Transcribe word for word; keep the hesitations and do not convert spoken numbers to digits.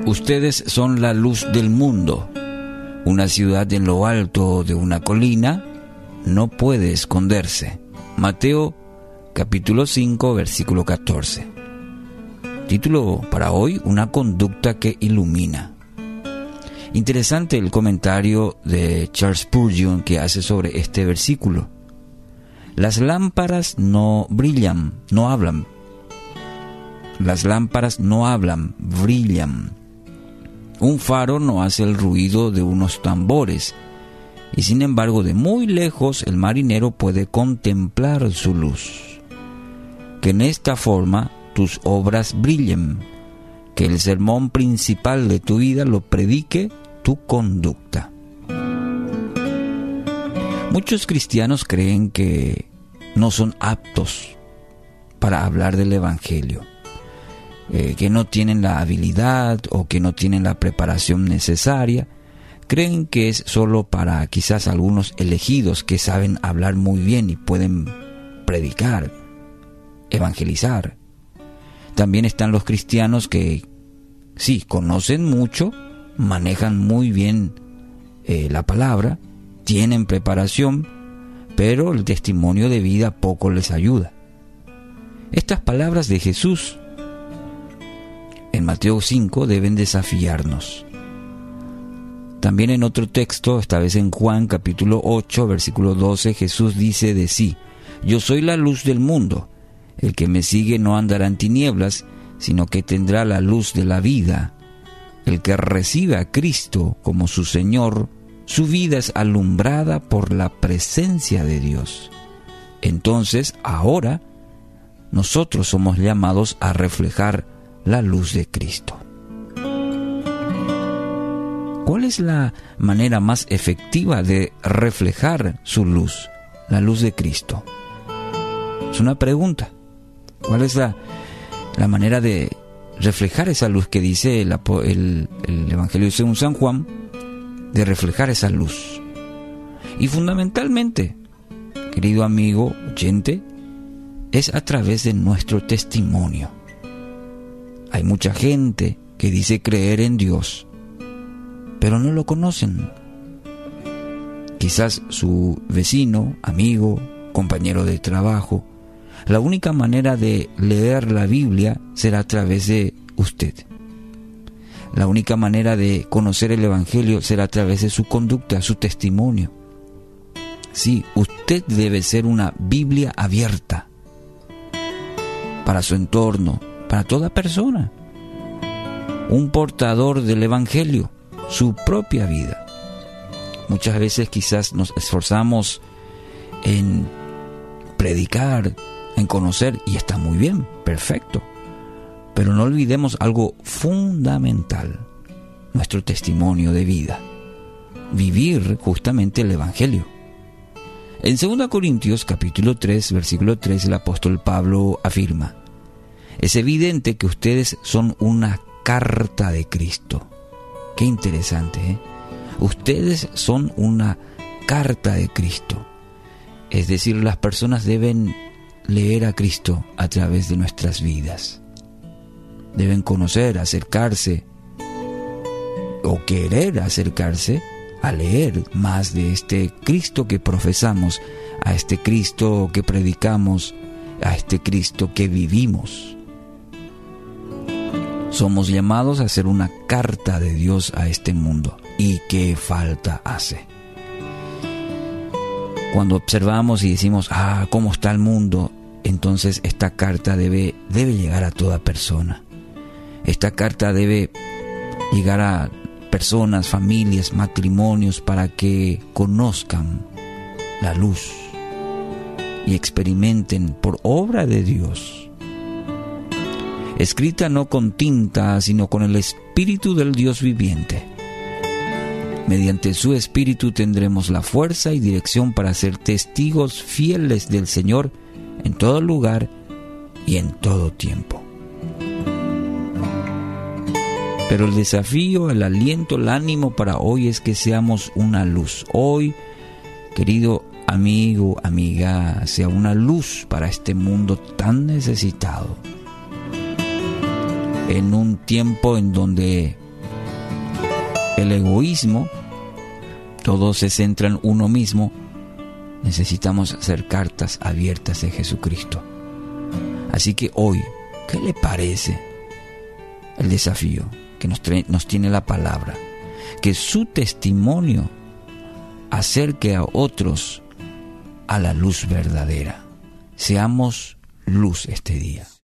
Ustedes son la luz del mundo. Una ciudad en lo alto de una colina no puede esconderse. Mateo capítulo cinco, versículo catorce. Título para hoy: una conducta que ilumina. Interesante el comentario de Charles Spurgeon que hace sobre este versículo. Las lámparas no brillan, no hablan. Las lámparas no hablan, brillan. Un faro no hace el ruido de unos tambores, y sin embargo de muy lejos el marinero puede contemplar su luz. Que en esta forma tus obras brillen, que el sermón principal de tu vida lo predique tu conducta. Muchos cristianos creen que no son aptos para hablar del Evangelio, eh, que no tienen la habilidad o que no tienen la preparación necesaria. Creen que es solo para quizás algunos elegidos que saben hablar muy bien y pueden predicar, evangelizar. También están los cristianos que sí, conocen mucho, manejan muy bien eh, la palabra, tienen preparación, pero el testimonio de vida poco les ayuda. Estas palabras de Jesús en Mateo cinco deben desafiarnos. También en otro texto, esta vez en Juan capítulo ocho, versículo doce, Jesús dice de sí: yo soy la luz del mundo. El que me sigue no andará en tinieblas, sino que tendrá la luz de la vida. El que recibe a Cristo como su Señor, su vida es alumbrada por la presencia de Dios. Entonces, ahora, nosotros somos llamados a reflejar la luz de Cristo. ¿Cuál es la manera más efectiva de reflejar su luz, la luz de Cristo? Es una pregunta. ¿Cuál es la, la manera de reflejar esa luz que dice el, el, el Evangelio según San Juan? De reflejar esa luz. Y fundamentalmente, querido amigo oyente, es a través de nuestro testimonio. Hay mucha gente que dice creer en Dios, pero no lo conocen. Quizás su vecino, amigo, compañero de trabajo. La única manera de leer la Biblia será a través de usted. La única manera de conocer el Evangelio será a través de su conducta, su testimonio. Sí, usted debe ser una Biblia abierta para su entorno, para toda persona. Un portador del Evangelio, su propia vida. Muchas veces quizás nos esforzamos en predicar, en conocer, y está muy bien, perfecto. Pero no olvidemos algo fundamental: nuestro testimonio de vida. Vivir justamente el Evangelio. En segunda Corintios capítulo tres, versículo tres, el apóstol Pablo afirma: es evidente que ustedes son una carta de Cristo. Qué interesante, ¿eh? Ustedes son una carta de Cristo. Es decir, las personas deben leer a Cristo a través de nuestras vidas. Deben conocer, acercarse o querer acercarse a leer más de este Cristo que profesamos, a este Cristo que predicamos, a este Cristo que vivimos. Somos llamados a ser una carta de Dios a este mundo. ¿Y qué falta hace? Cuando observamos y decimos, ah, ¿cómo está el mundo? Entonces esta carta debe, debe llegar a toda persona. Esta carta debe llegar a personas, familias, matrimonios, para que conozcan la luz y experimenten por obra de Dios. Escrita no con tinta, sino con el Espíritu del Dios viviente. Mediante su Espíritu tendremos la fuerza y dirección para ser testigos fieles del Señor en todo lugar y en todo tiempo. Pero el desafío, el aliento, el ánimo para hoy es que seamos una luz. Hoy, querido amigo, amiga, sea una luz para este mundo tan necesitado. En un tiempo en donde el egoísmo, todo se centra en uno mismo, necesitamos hacer cartas abiertas de Jesucristo. Así que hoy, ¿qué le parece el desafío que nos, trae, nos tiene la palabra? Que su testimonio acerque a otros a la luz verdadera. Seamos luz este día.